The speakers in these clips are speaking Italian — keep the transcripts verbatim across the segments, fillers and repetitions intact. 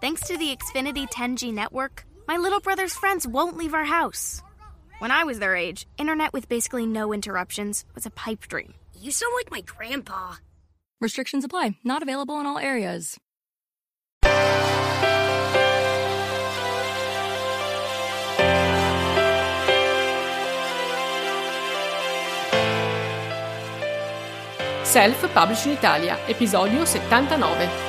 Thanks to the Xfinity ten G network, my little brother's friends won't leave our house. When I was their age, internet with basically no interruptions was a pipe dream. You sound like my grandpa. Restrictions apply. Not available in all areas. Self Publishing Italia, episodio settantanove.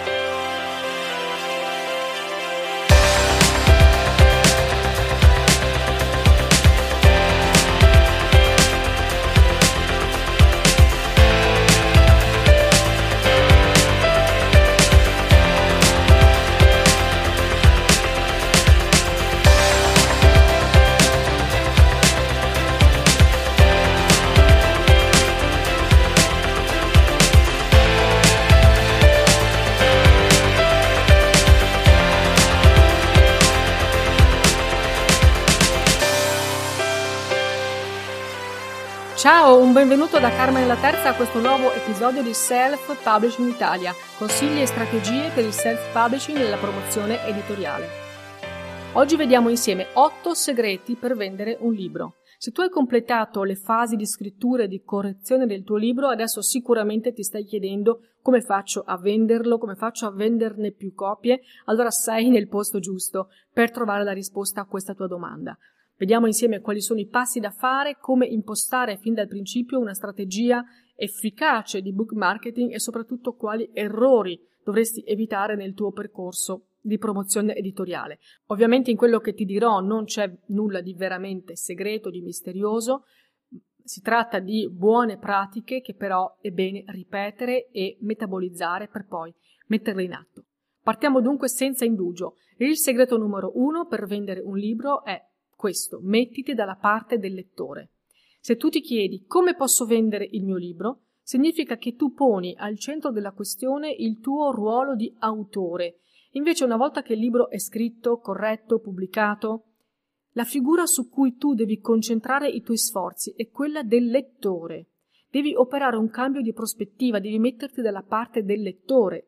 Ciao, un benvenuto da Carmen la Terza a questo nuovo episodio di Self Publishing Italia, consigli e strategie per il self-publishing e la promozione editoriale. Oggi vediamo insieme otto segreti per vendere un libro. Se tu hai completato le fasi di scrittura e di correzione del tuo libro, adesso sicuramente ti stai chiedendo come faccio a venderlo, come faccio a venderne più copie, allora sei nel posto giusto per trovare la risposta a questa tua domanda. Vediamo insieme quali sono i passi da fare, come impostare fin dal principio una strategia efficace di book marketing e soprattutto quali errori dovresti evitare nel tuo percorso di promozione editoriale. Ovviamente in quello che ti dirò non c'è nulla di veramente segreto, di misterioso, si tratta di buone pratiche che però è bene ripetere e metabolizzare per poi metterle in atto. Partiamo dunque senza indugio. Il segreto numero uno per vendere un libro è questo: mettiti dalla parte del lettore. Se tu ti chiedi come posso vendere il mio libro, significa che tu poni al centro della questione il tuo ruolo di autore. Invece, una volta che il libro è scritto, corretto, pubblicato, la figura su cui tu devi concentrare i tuoi sforzi è quella del lettore. Devi operare un cambio di prospettiva, devi metterti dalla parte del lettore.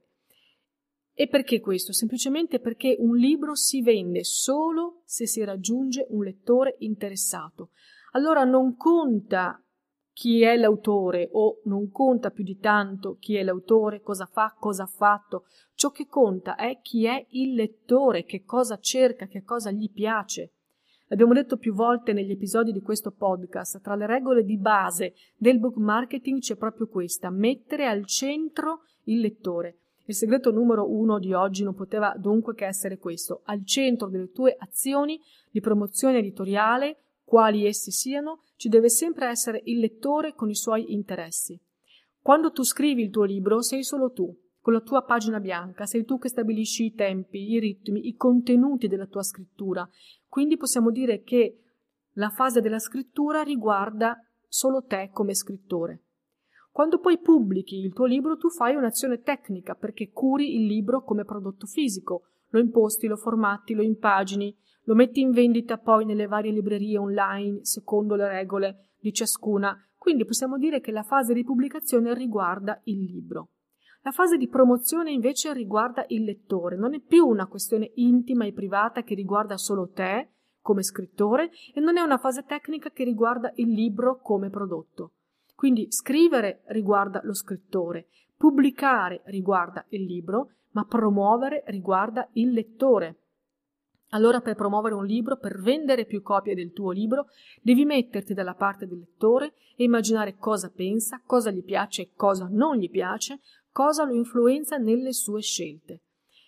E perché questo? Semplicemente perché un libro si vende solo se si raggiunge un lettore interessato. Allora non conta chi è l'autore o non conta più di tanto chi è l'autore, cosa fa, cosa ha fatto. Ciò che conta è chi è il lettore, che cosa cerca, che cosa gli piace. L'abbiamo detto più volte negli episodi di questo podcast, tra le regole di base del book marketing c'è proprio questa: mettere al centro il lettore. Il segreto numero uno di oggi non poteva dunque che essere questo: al centro delle tue azioni di promozione editoriale, quali essi siano, ci deve sempre essere il lettore con i suoi interessi. Quando tu scrivi il tuo libro sei solo tu, con la tua pagina bianca, sei tu che stabilisci i tempi, i ritmi, i contenuti della tua scrittura. Quindi possiamo dire che la fase della scrittura riguarda solo te come scrittore. Quando poi pubblichi il tuo libro tu fai un'azione tecnica perché curi il libro come prodotto fisico, lo imposti, lo formatti, lo impagini, lo metti in vendita poi nelle varie librerie online secondo le regole di ciascuna, quindi possiamo dire che la fase di pubblicazione riguarda il libro. La fase di promozione invece riguarda il lettore, non è più una questione intima e privata che riguarda solo te come scrittore e non è una fase tecnica che riguarda il libro come prodotto. Quindi scrivere riguarda lo scrittore, pubblicare riguarda il libro, ma promuovere riguarda il lettore. Allora per promuovere un libro, per vendere più copie del tuo libro, devi metterti dalla parte del lettore e immaginare cosa pensa, cosa gli piace e cosa non gli piace, cosa lo influenza nelle sue scelte.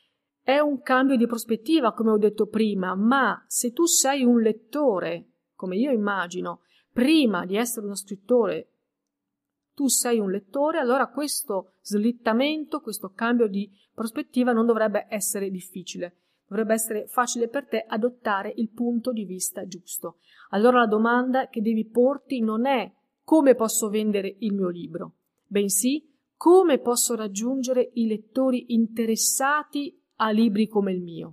È un cambio di prospettiva, come ho detto prima, ma se tu sei un lettore, come io immagino, prima di essere uno scrittore, tu sei un lettore, allora questo slittamento, questo cambio di prospettiva non dovrebbe essere difficile, dovrebbe essere facile per te adottare il punto di vista giusto. Allora la domanda che devi porti non è come posso vendere il mio libro, bensì come posso raggiungere i lettori interessati a libri come il mio.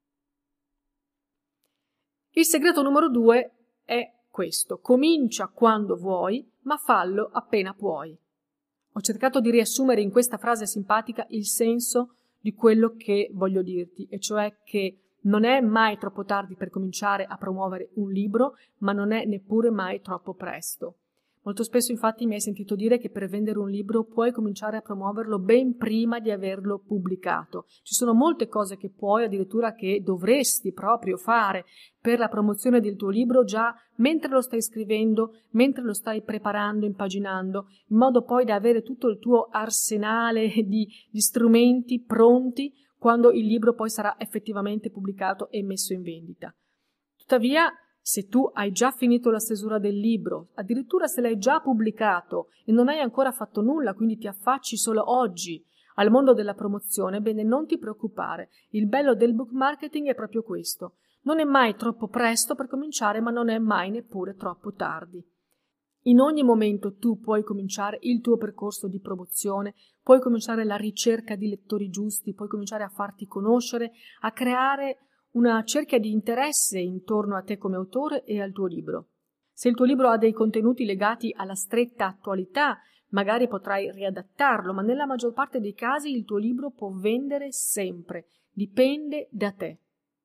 Il segreto numero due è questo: comincia quando vuoi, ma fallo appena puoi. Ho cercato di riassumere in questa frase simpatica il senso di quello che voglio dirti, e cioè che non è mai troppo tardi per cominciare a promuovere un libro, ma non è neppure mai troppo presto. Molto spesso infatti mi hai sentito dire che per vendere un libro puoi cominciare a promuoverlo ben prima di averlo pubblicato. Ci sono molte cose che puoi, addirittura che dovresti proprio fare per la promozione del tuo libro già mentre lo stai scrivendo, mentre lo stai preparando, impaginando, in modo poi da avere tutto il tuo arsenale di, di strumenti pronti quando il libro poi sarà effettivamente pubblicato e messo in vendita. Tuttavia, se tu hai già finito la stesura del libro, addirittura se l'hai già pubblicato e non hai ancora fatto nulla, quindi ti affacci solo oggi al mondo della promozione, bene, non ti preoccupare. Il bello del book marketing è proprio questo. Non è mai troppo presto per cominciare, ma non è mai neppure troppo tardi. In ogni momento tu puoi cominciare il tuo percorso di promozione, puoi cominciare la ricerca di lettori giusti, puoi cominciare a farti conoscere, a creare una cerchia di interesse intorno a te come autore e al tuo libro. Se il tuo libro ha dei contenuti legati alla stretta attualità, magari potrai riadattarlo, ma nella maggior parte dei casi il tuo libro può vendere sempre, dipende da te.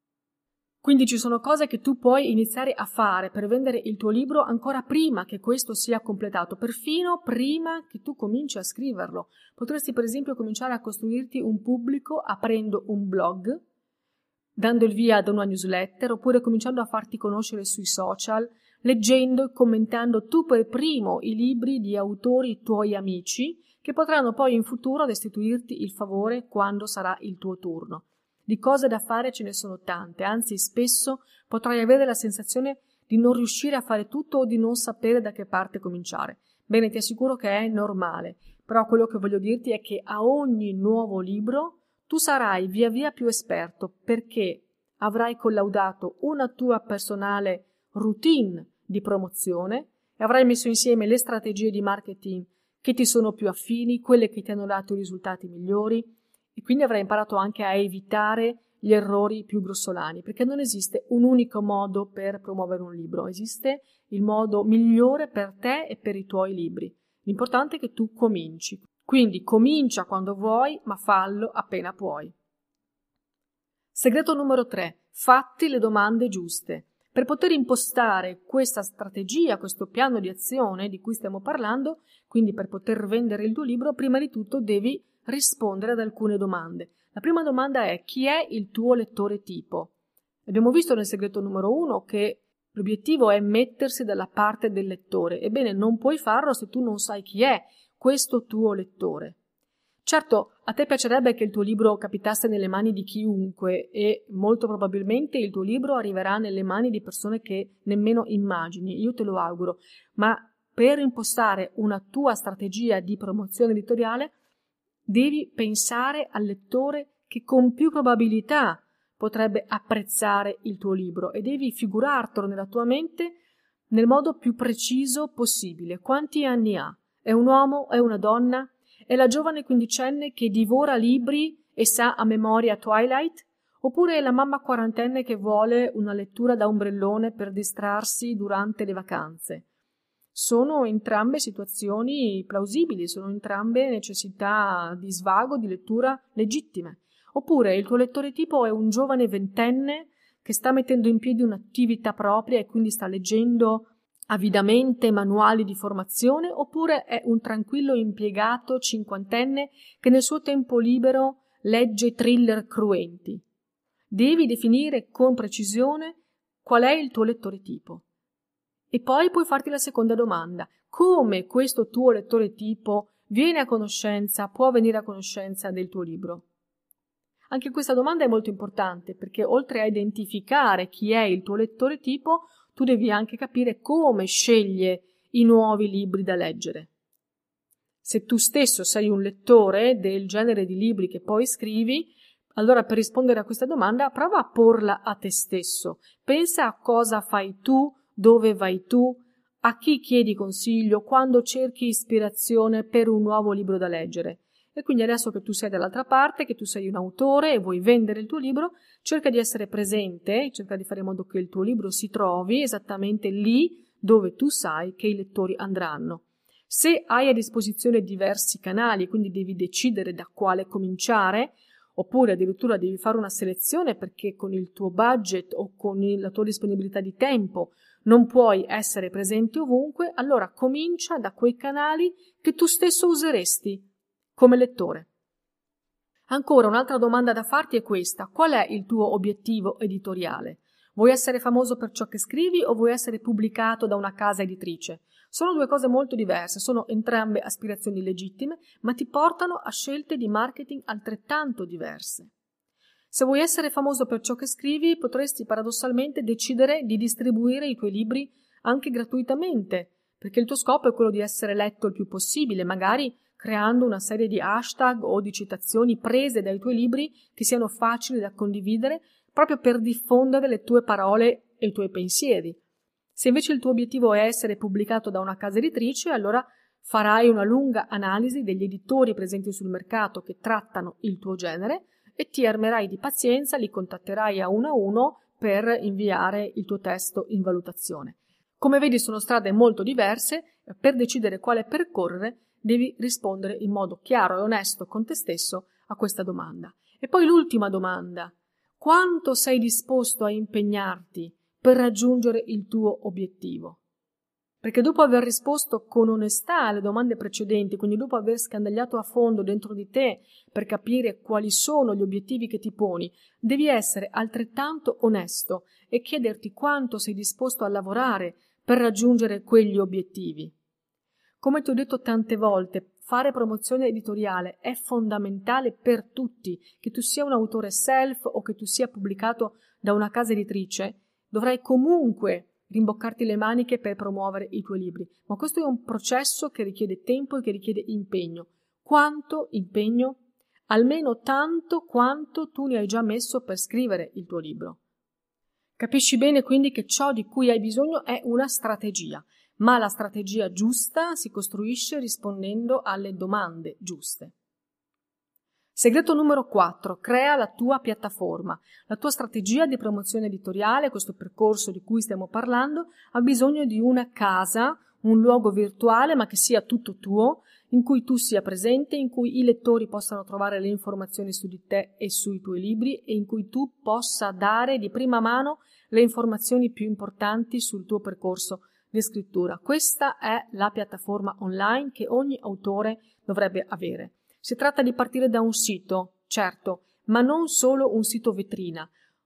Quindi ci sono cose che tu puoi iniziare a fare per vendere il tuo libro ancora prima che questo sia completato, perfino prima che tu cominci a scriverlo. Potresti per esempio cominciare a costruirti un pubblico aprendo un blog, dando il via ad una newsletter, oppure cominciando a farti conoscere sui social, leggendo e commentando tu per primo i libri di autori tuoi amici, che potranno poi in futuro restituirti il favore quando sarà il tuo turno. Di cose da fare ce ne sono tante, anzi spesso potrai avere la sensazione di non riuscire a fare tutto o di non sapere da che parte cominciare. Bene, ti assicuro che è normale, però quello che voglio dirti è che a ogni nuovo libro tu sarai via via più esperto, perché avrai collaudato una tua personale routine di promozione e avrai messo insieme le strategie di marketing che ti sono più affini, quelle che ti hanno dato i risultati migliori, e quindi avrai imparato anche a evitare gli errori più grossolani, perché non esiste un unico modo per promuovere un libro, esiste il modo migliore per te e per i tuoi libri. L'importante è che tu cominci. Quindi comincia quando vuoi, ma fallo appena puoi. Segreto numero tre. Fatti le domande giuste. Per poter impostare questa strategia, questo piano di azione di cui stiamo parlando, quindi per poter vendere il tuo libro, prima di tutto devi rispondere ad alcune domande. La prima domanda è: chi è il tuo lettore tipo? Abbiamo visto nel segreto numero uno che l'obiettivo è mettersi dalla parte del lettore. Ebbene, non puoi farlo se tu non sai chi è questo tuo lettore. Certo, a te piacerebbe che il tuo libro capitasse nelle mani di chiunque e molto probabilmente il tuo libro arriverà nelle mani di persone che nemmeno immagini, io te lo auguro, ma per impostare una tua strategia di promozione editoriale devi pensare al lettore che con più probabilità potrebbe apprezzare il tuo libro e devi figurartelo nella tua mente nel modo più preciso possibile. Quanti anni ha? È un uomo? È una donna? È la giovane quindicenne che divora libri e sa a memoria Twilight? Oppure è la mamma quarantenne che vuole una lettura da ombrellone per distrarsi durante le vacanze? Sono entrambe situazioni plausibili, sono entrambe necessità di svago, di lettura legittime. Oppure il tuo lettore tipo è un giovane ventenne che sta mettendo in piedi un'attività propria e quindi sta leggendo avidamente manuali di formazione, oppure è un tranquillo impiegato cinquantenne che nel suo tempo libero legge thriller cruenti. Devi definire con precisione qual è il tuo lettore tipo. E poi puoi farti la seconda domanda: come questo tuo lettore tipo viene a conoscenza, può venire a conoscenza del tuo libro? Anche questa domanda è molto importante, perché oltre a identificare chi è il tuo lettore tipo, tu devi anche capire come sceglie i nuovi libri da leggere. Se tu stesso sei un lettore del genere di libri che poi scrivi, allora per rispondere a questa domanda prova a porla a te stesso. Pensa a cosa fai tu, dove vai tu, a chi chiedi consiglio, quando cerchi ispirazione per un nuovo libro da leggere. E quindi adesso che tu sei dall'altra parte, che tu sei un autore e vuoi vendere il tuo libro, cerca di essere presente, cerca di fare in modo che il tuo libro si trovi esattamente lì dove tu sai che i lettori andranno. Se hai a disposizione diversi canali, quindi devi decidere da quale cominciare, oppure addirittura devi fare una selezione perché con il tuo budget o con il, la tua disponibilità di tempo non puoi essere presente ovunque, allora comincia da quei canali che tu stesso useresti come lettore. Ancora un'altra domanda da farti è questa: qual è il tuo obiettivo editoriale? Vuoi essere famoso per ciò che scrivi o vuoi essere pubblicato da una casa editrice? Sono due cose molto diverse, sono entrambe aspirazioni legittime, ma ti portano a scelte di marketing altrettanto diverse. Se vuoi essere famoso per ciò che scrivi, potresti paradossalmente decidere di distribuire i tuoi libri anche gratuitamente, perché il tuo scopo è quello di essere letto il più possibile, magari creando una serie di hashtag o di citazioni prese dai tuoi libri che siano facili da condividere, proprio per diffondere le tue parole e i tuoi pensieri. Se invece il tuo obiettivo è essere pubblicato da una casa editrice, allora farai una lunga analisi degli editori presenti sul mercato che trattano il tuo genere e ti armerai di pazienza, li contatterai a uno a uno per inviare il tuo testo in valutazione. Come vedi, sono strade molto diverse. Per decidere quale percorrere devi rispondere in modo chiaro e onesto con te stesso a questa domanda. E poi l'ultima domanda: quanto sei disposto a impegnarti per raggiungere il tuo obiettivo? Perché dopo aver risposto con onestà alle domande precedenti, quindi dopo aver scandagliato a fondo dentro di te per capire quali sono gli obiettivi che ti poni, devi essere altrettanto onesto e chiederti quanto sei disposto a lavorare per raggiungere quegli obiettivi. Come ti ho detto tante volte, fare promozione editoriale è fondamentale per tutti, che tu sia un autore self o che tu sia pubblicato da una casa editrice. Dovrai comunque rimboccarti le maniche per promuovere i tuoi libri, ma questo è un processo che richiede tempo e che richiede impegno. Quanto impegno? Almeno tanto quanto tu ne hai già messo per scrivere il tuo libro. Capisci bene quindi che ciò di cui hai bisogno è una strategia, ma la strategia giusta si costruisce rispondendo alle domande giuste. Segreto numero quattro. Crea la tua piattaforma. La tua strategia di promozione editoriale, questo percorso di cui stiamo parlando, ha bisogno di una casa, un luogo virtuale ma che sia tutto tuo, in cui tu sia presente, in cui i lettori possano trovare le informazioni su di te e sui tuoi libri e in cui tu possa dare di prima mano le informazioni più importanti sul tuo percorso di scrittura. Questa è la piattaforma online che ogni autore dovrebbe avere. Si tratta di partire da un sito, certo, ma non solo un sito vetrina,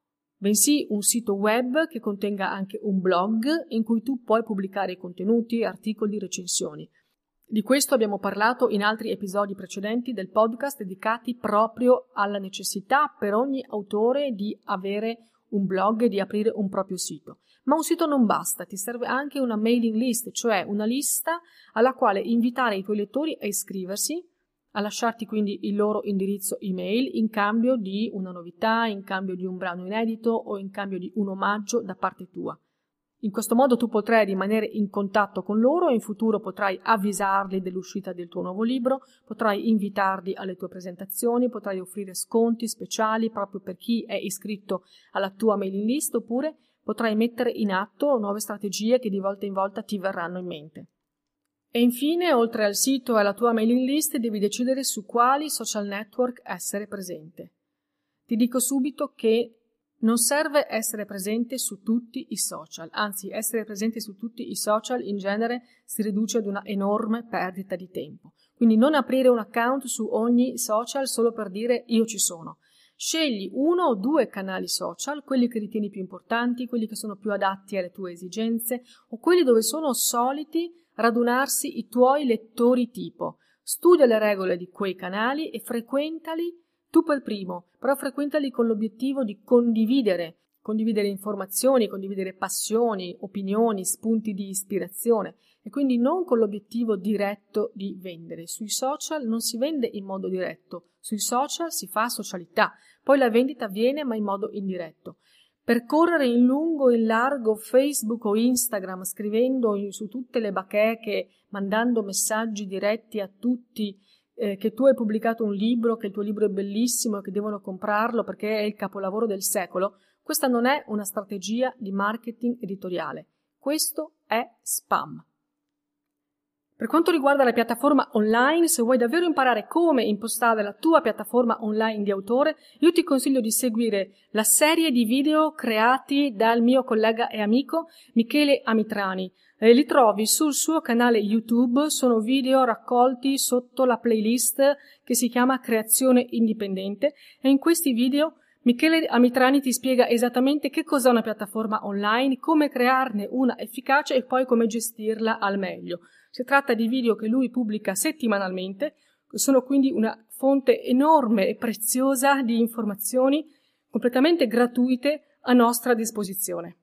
bensì un sito web che contenga anche un blog in cui tu puoi pubblicare i contenuti, articoli, recensioni. Di questo abbiamo parlato in altri episodi precedenti del podcast dedicati proprio alla necessità per ogni autore di avere un blog e di aprire un proprio sito. Ma un sito non basta, ti serve anche una mailing list, cioè una lista alla quale invitare i tuoi lettori a iscriversi, a lasciarti quindi il loro indirizzo email in cambio di una novità, in cambio di un brano inedito o in cambio di un omaggio da parte tua. In questo modo tu potrai rimanere in contatto con loro e in futuro potrai avvisarli dell'uscita del tuo nuovo libro, potrai invitarli alle tue presentazioni, potrai offrire sconti speciali proprio per chi è iscritto alla tua mailing list, oppure potrai mettere in atto nuove strategie che di volta in volta ti verranno in mente. E infine, oltre al sito e alla tua mailing list, devi decidere su quali social network essere presente. Ti dico subito che non serve essere presente su tutti i social, anzi essere presente su tutti i social in genere si riduce ad una enorme perdita di tempo. Quindi non aprire un account su ogni social solo per dire io ci sono. Scegli uno o due canali social, quelli che ritieni più importanti, quelli che sono più adatti alle tue esigenze o quelli dove sono soliti radunarsi i tuoi lettori tipo. Studia le regole di quei canali e frequentali tu per primo, però frequentali con l'obiettivo di condividere, condividere informazioni, condividere passioni, opinioni, spunti di ispirazione e quindi non con l'obiettivo diretto di vendere. Sui social non si vende in modo diretto, sui social si fa socialità, poi la vendita avviene ma in modo indiretto. Percorrere in lungo e in largo Facebook o Instagram scrivendo su tutte le bacheche, mandando messaggi diretti a tutti eh, che tu hai pubblicato un libro, che il tuo libro è bellissimo e che devono comprarlo perché è il capolavoro del secolo, questa non è una strategia di marketing editoriale, questo è spam. Per quanto riguarda la piattaforma online, se vuoi davvero imparare come impostare la tua piattaforma online di autore, io ti consiglio di seguire la serie di video creati dal mio collega e amico Michele Amitrani. Eh, li trovi sul suo canale YouTube, sono video raccolti sotto la playlist che si chiama Creazione Indipendente, e in questi video Michele Amitrani ti spiega esattamente che cos'è una piattaforma online, come crearne una efficace e poi come gestirla al meglio. Si tratta di video che lui pubblica settimanalmente, sono quindi una fonte enorme e preziosa di informazioni completamente gratuite a nostra disposizione.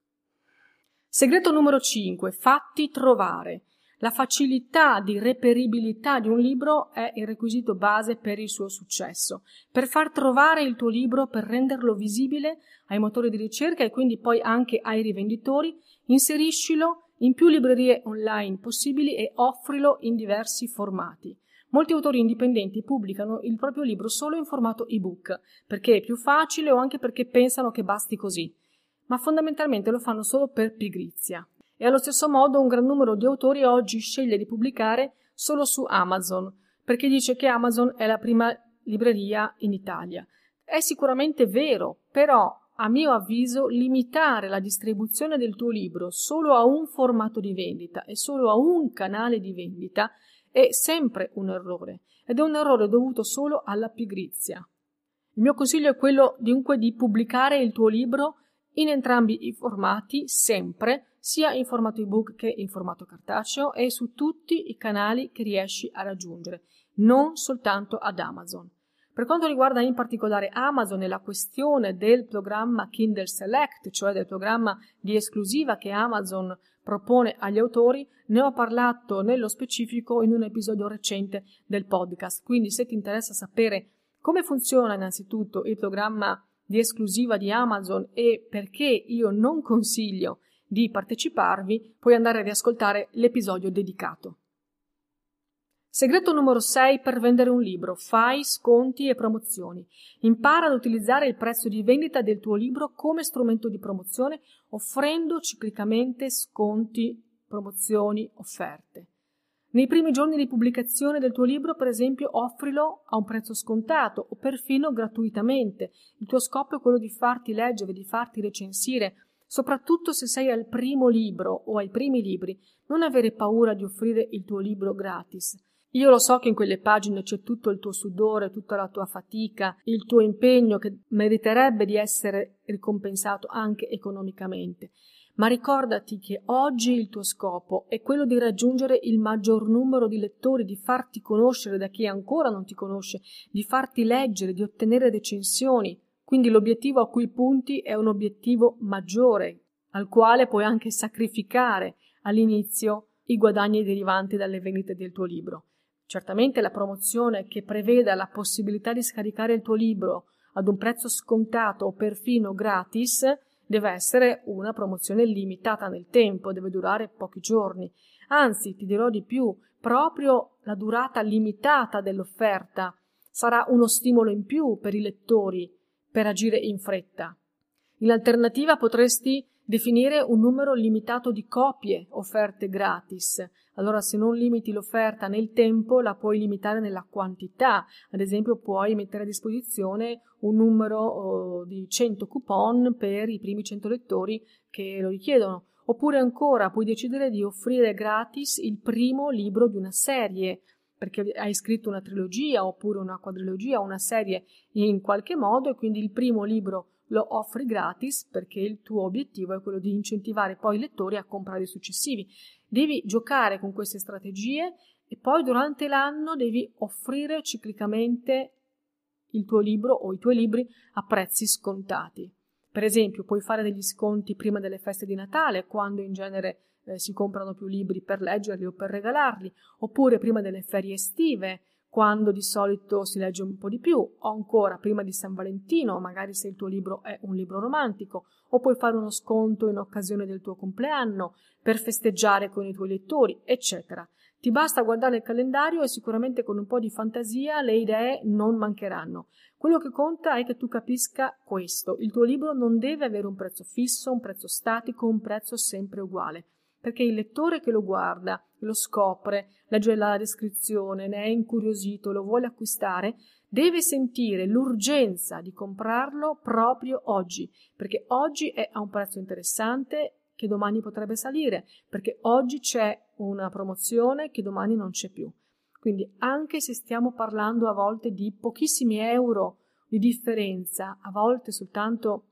Segreto numero cinque. Fatti trovare. La facilità di reperibilità di un libro è il requisito base per il suo successo. Per far trovare il tuo libro, per renderlo visibile ai motori di ricerca e quindi poi anche ai rivenditori, inseriscilo in più librerie online possibili e offrilo in diversi formati. Molti autori indipendenti pubblicano il proprio libro solo in formato ebook, perché è più facile o anche perché pensano che basti così, ma fondamentalmente lo fanno solo per pigrizia. E allo stesso modo un gran numero di autori oggi sceglie di pubblicare solo su Amazon, perché dice che Amazon è la prima libreria in Italia. È sicuramente vero, però a mio avviso limitare la distribuzione del tuo libro solo a un formato di vendita e solo a un canale di vendita è sempre un errore, ed è un errore dovuto solo alla pigrizia. Il mio consiglio è quello dunque di pubblicare il tuo libro in entrambi i formati, sempre, sia in formato ebook che in formato cartaceo e su tutti i canali che riesci a raggiungere, non soltanto ad Amazon. Per quanto riguarda in particolare Amazon e la questione del programma Kindle Select, cioè del programma di esclusiva che Amazon propone agli autori, ne ho parlato nello specifico in un episodio recente del podcast. Quindi se ti interessa sapere come funziona innanzitutto il programma di esclusiva di Amazon e perché io non consiglio di parteciparvi, puoi andare a riascoltare l'episodio dedicato. Segreto numero sei per vendere un libro. Fai sconti e promozioni. Impara ad utilizzare il prezzo di vendita del tuo libro come strumento di promozione, offrendo ciclicamente sconti, promozioni, offerte. Nei primi giorni di pubblicazione del tuo libro, per esempio, offrilo a un prezzo scontato o perfino gratuitamente. Il tuo scopo è quello di farti leggere, di farti recensire, soprattutto se sei al primo libro o ai primi libri. Non avere paura di offrire il tuo libro gratis. Io lo so che in quelle pagine c'è tutto il tuo sudore, tutta la tua fatica, il tuo impegno che meriterebbe di essere ricompensato anche economicamente. Ma ricordati che oggi il tuo scopo è quello di raggiungere il maggior numero di lettori, di farti conoscere da chi ancora non ti conosce, di farti leggere, di ottenere recensioni. Quindi l'obiettivo a cui punti è un obiettivo maggiore, al quale puoi anche sacrificare all'inizio i guadagni derivanti dalle vendite del tuo libro. Certamente la promozione che preveda la possibilità di scaricare il tuo libro ad un prezzo scontato o perfino gratis deve essere una promozione limitata nel tempo, deve durare pochi giorni. Anzi, ti dirò di più, proprio la durata limitata dell'offerta sarà uno stimolo in più per i lettori per agire in fretta. In alternativa potresti definire un numero limitato di copie offerte gratis. Allora, se non limiti l'offerta nel tempo, la puoi limitare nella quantità. Ad esempio, puoi mettere a disposizione un numero oh, di cento coupon per i primi cento lettori che lo richiedono. Oppure ancora puoi decidere di offrire gratis il primo libro di una serie, perché hai scritto una trilogia oppure una quadrilogia, una serie in qualche modo, e quindi il primo libro lo offri gratis perché il tuo obiettivo è quello di incentivare poi i lettori a comprare i successivi. Devi giocare con queste strategie e poi durante l'anno devi offrire ciclicamente il tuo libro o i tuoi libri a prezzi scontati. Per esempio, puoi fare degli sconti prima delle feste di Natale, quando in genere eh, si comprano più libri per leggerli o per regalarli, oppure prima delle ferie estive, quando di solito si legge un po' di più, o ancora prima di San Valentino, magari se il tuo libro è un libro romantico, o puoi fare uno sconto in occasione del tuo compleanno, per festeggiare con i tuoi lettori, eccetera. Ti basta guardare il calendario e sicuramente con un po' di fantasia le idee non mancheranno. Quello che conta è che tu capisca questo: il tuo libro non deve avere un prezzo fisso, un prezzo statico, un prezzo sempre uguale. perché il lettore che lo guarda, lo scopre, legge la descrizione, ne è incuriosito, lo vuole acquistare, deve sentire l'urgenza di comprarlo proprio oggi, perché oggi è a un prezzo interessante che domani potrebbe salire, perché oggi c'è una promozione che domani non c'è più. Quindi anche se stiamo parlando a volte di pochissimi euro di differenza, a volte soltanto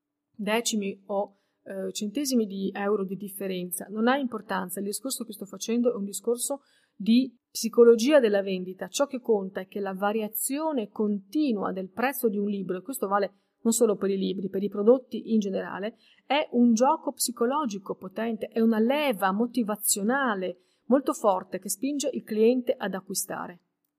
decimi o eh, centesimi di euro di differenza, non ha importanza. Il discorso che sto facendo è un discorso di psicologia della vendita. Ciò che conta è che la variazione continua del prezzo di un libro, e questo vale non solo per i libri, per i prodotti in generale, è un gioco psicologico potente, è una leva motivazionale molto forte che spinge il cliente ad acquistare.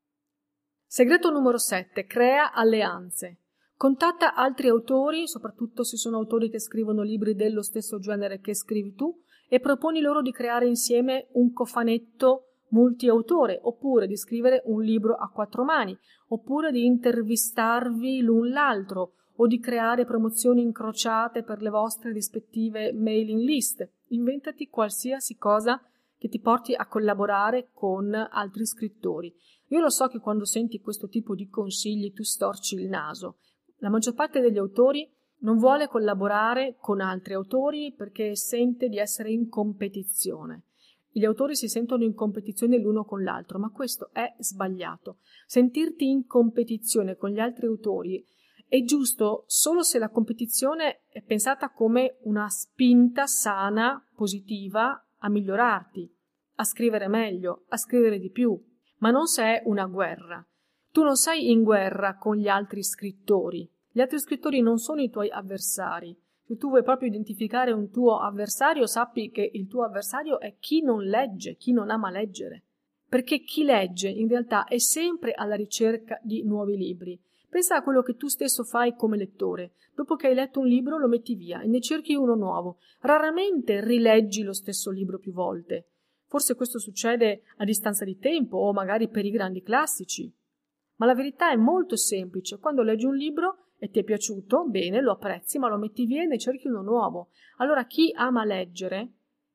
Segreto numero sette. Crea alleanze. Contatta altri autori, soprattutto se sono autori che scrivono libri dello stesso genere che scrivi tu, e proponi loro di creare insieme un cofanetto multiautore, oppure di scrivere un libro a quattro mani, oppure di intervistarvi l'un l'altro, o di creare promozioni incrociate per le vostre rispettive mailing list. Inventati qualsiasi cosa che ti porti a collaborare con altri scrittori. Io lo so che quando senti questo tipo di consigli tu storci il naso. La maggior parte degli autori non vuole collaborare con altri autori perché sente di essere in competizione. Gli autori si sentono in competizione l'uno con l'altro, ma questo è sbagliato. Sentirti in competizione con gli altri autori è giusto solo se la competizione è pensata come una spinta sana, positiva, a migliorarti, a scrivere meglio, a scrivere di più, ma non se è una guerra. Tu non sei in guerra con gli altri scrittori. Gli altri scrittori non sono i tuoi avversari. Se tu vuoi proprio identificare un tuo avversario, sappi che il tuo avversario è chi non legge, chi non ama leggere. Perché chi legge in realtà è sempre alla ricerca di nuovi libri. Pensa a quello che tu stesso fai come lettore. Dopo che hai letto un libro lo metti via e ne cerchi uno nuovo. Raramente rileggi lo stesso libro più volte. Forse questo succede a distanza di tempo o magari per i grandi classici. Ma la verità è molto semplice. Quando leggi un libro e ti è piaciuto, bene, lo apprezzi, ma lo metti via e ne cerchi uno nuovo. Allora chi ama leggere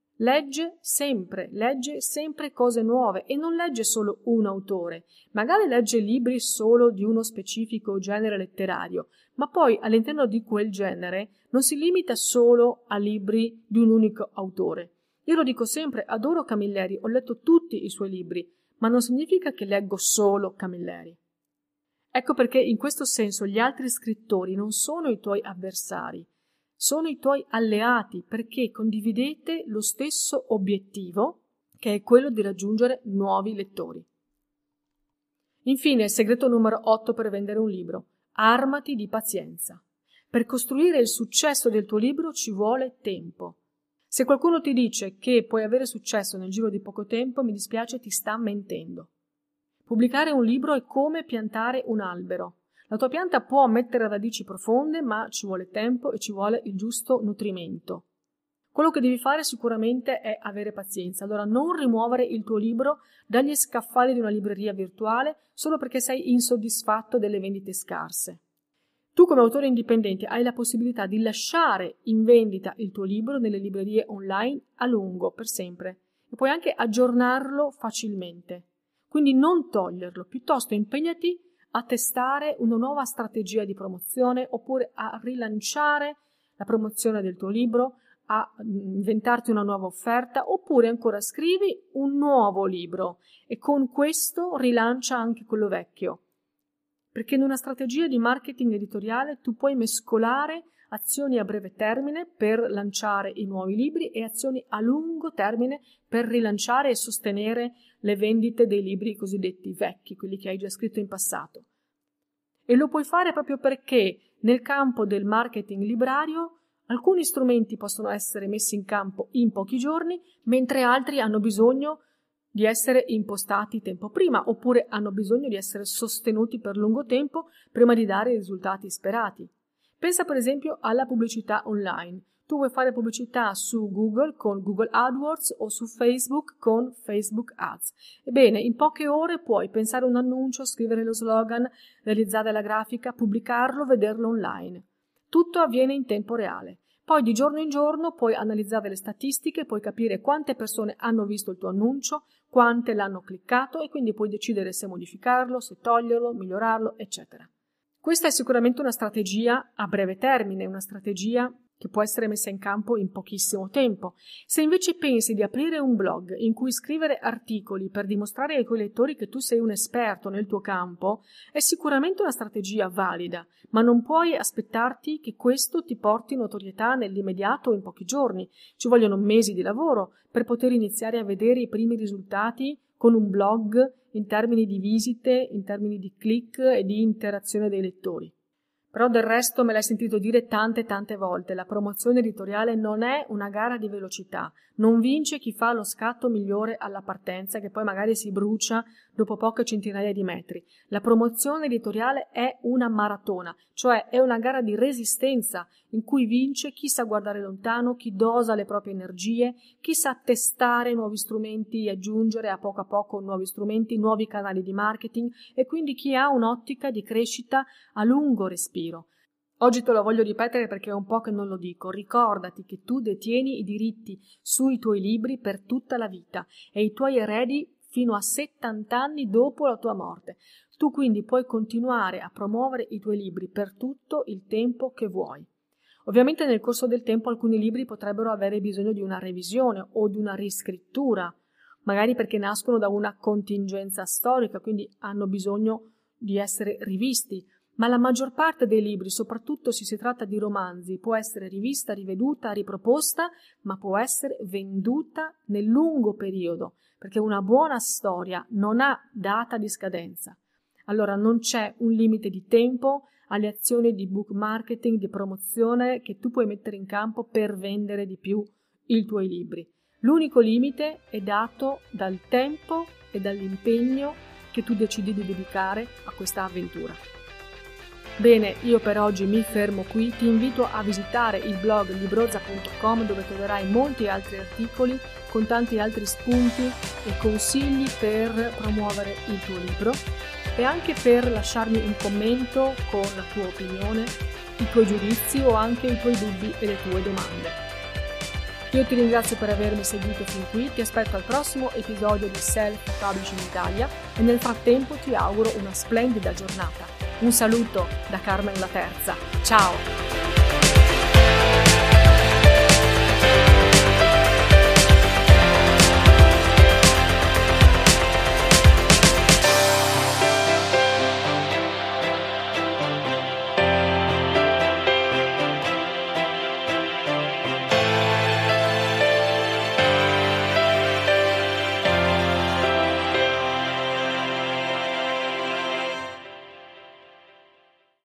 legge sempre, legge sempre cose nuove e non legge solo un autore. Magari legge libri solo di uno specifico genere letterario, ma poi all'interno di quel genere non si limita solo a libri di un unico autore. Io lo dico sempre, adoro Camilleri, ho letto tutti i suoi libri, ma non significa che leggo solo Camilleri. Ecco perché in questo senso gli altri scrittori non sono i tuoi avversari, sono i tuoi alleati perché condividete lo stesso obiettivo, che è quello di raggiungere nuovi lettori. Infine, il segreto numero otto per vendere un libro: armati di pazienza. Per costruire il successo del tuo libro ci vuole tempo. Se qualcuno ti dice che puoi avere successo nel giro di poco tempo, mi dispiace, ti sta mentendo. Pubblicare un libro è come piantare un albero. La tua pianta può mettere radici profonde, ma ci vuole tempo e ci vuole il giusto nutrimento. Quello che devi fare sicuramente è avere pazienza. Allora non rimuovere il tuo libro dagli scaffali di una libreria virtuale solo perché sei insoddisfatto delle vendite scarse. Tu come autore indipendente hai la possibilità di lasciare in vendita il tuo libro nelle librerie online a lungo, per sempre, e puoi anche aggiornarlo facilmente. Quindi non toglierlo, piuttosto impegnati a testare una nuova strategia di promozione oppure a rilanciare la promozione del tuo libro, a inventarti una nuova offerta oppure ancora scrivi un nuovo libro e con questo rilancia anche quello vecchio. Perché in una strategia di marketing editoriale tu puoi mescolare azioni a breve termine per lanciare i nuovi libri e azioni a lungo termine per rilanciare e sostenere le vendite dei libri cosiddetti vecchi, quelli che hai già scritto in passato. E lo puoi fare proprio perché nel campo del marketing librario alcuni strumenti possono essere messi in campo in pochi giorni, mentre altri hanno bisogno di essere impostati tempo prima, oppure hanno bisogno di essere sostenuti per lungo tempo prima di dare i risultati sperati. Pensa per esempio alla pubblicità online. Tu vuoi fare pubblicità su Google con Google AdWords o su Facebook con Facebook Ads. Ebbene, in poche ore puoi pensare un annuncio, scrivere lo slogan, realizzare la grafica, pubblicarlo, vederlo online. Tutto avviene in tempo reale. Poi di giorno in giorno puoi analizzare le statistiche, puoi capire quante persone hanno visto il tuo annuncio, quante l'hanno cliccato e quindi puoi decidere se modificarlo, se toglierlo, migliorarlo, eccetera. Questa è sicuramente una strategia a breve termine, una strategia che può essere messa in campo in pochissimo tempo. Se invece pensi di aprire un blog in cui scrivere articoli per dimostrare ai tuoi lettori che tu sei un esperto nel tuo campo, è sicuramente una strategia valida, ma non puoi aspettarti che questo ti porti notorietà nell'immediato o in pochi giorni. Ci vogliono mesi di lavoro per poter iniziare a vedere i primi risultati con un blog in termini di visite, in termini di click e di interazione dei lettori. Però del resto me l'hai sentito dire tante tante volte, la promozione editoriale non è una gara di velocità, non vince chi fa lo scatto migliore alla partenza che poi magari si brucia dopo poche centinaia di metri. La promozione editoriale è una maratona, cioè è una gara di resistenza in cui vince chi sa guardare lontano, chi dosa le proprie energie, chi sa testare nuovi strumenti e aggiungere a poco a poco nuovi strumenti, nuovi canali di marketing e quindi chi ha un'ottica di crescita a lungo respiro. Oggi te lo voglio ripetere perché è un po' che non lo dico. Ricordati che tu detieni i diritti sui tuoi libri per tutta la vita e i tuoi eredi fino a settanta anni dopo la tua morte. Tu quindi puoi continuare a promuovere i tuoi libri per tutto il tempo che vuoi. Ovviamente nel corso del tempo alcuni libri potrebbero avere bisogno di una revisione o di una riscrittura, magari perché nascono da una contingenza storica, quindi hanno bisogno di essere rivisti. Ma la maggior parte dei libri, soprattutto se si tratta di romanzi, può essere rivista, riveduta, riproposta, ma può essere venduta nel lungo periodo, perché una buona storia non ha data di scadenza. Allora non c'è un limite di tempo alle azioni di book marketing, di promozione che tu puoi mettere in campo per vendere di più i tuoi libri. L'unico limite è dato dal tempo e dall'impegno che tu decidi di dedicare a questa avventura. Bene, io per oggi mi fermo qui, ti invito a visitare il blog librozza punto com dove troverai molti altri articoli con tanti altri spunti e consigli per promuovere il tuo libro e anche per lasciarmi un commento con la tua opinione, i tuoi giudizi o anche i tuoi dubbi e le tue domande. Io ti ringrazio per avermi seguito fin qui, ti aspetto al prossimo episodio di Self Publishing Italia e nel frattempo ti auguro una splendida giornata. Un saluto da Carmen la Terza. Ciao!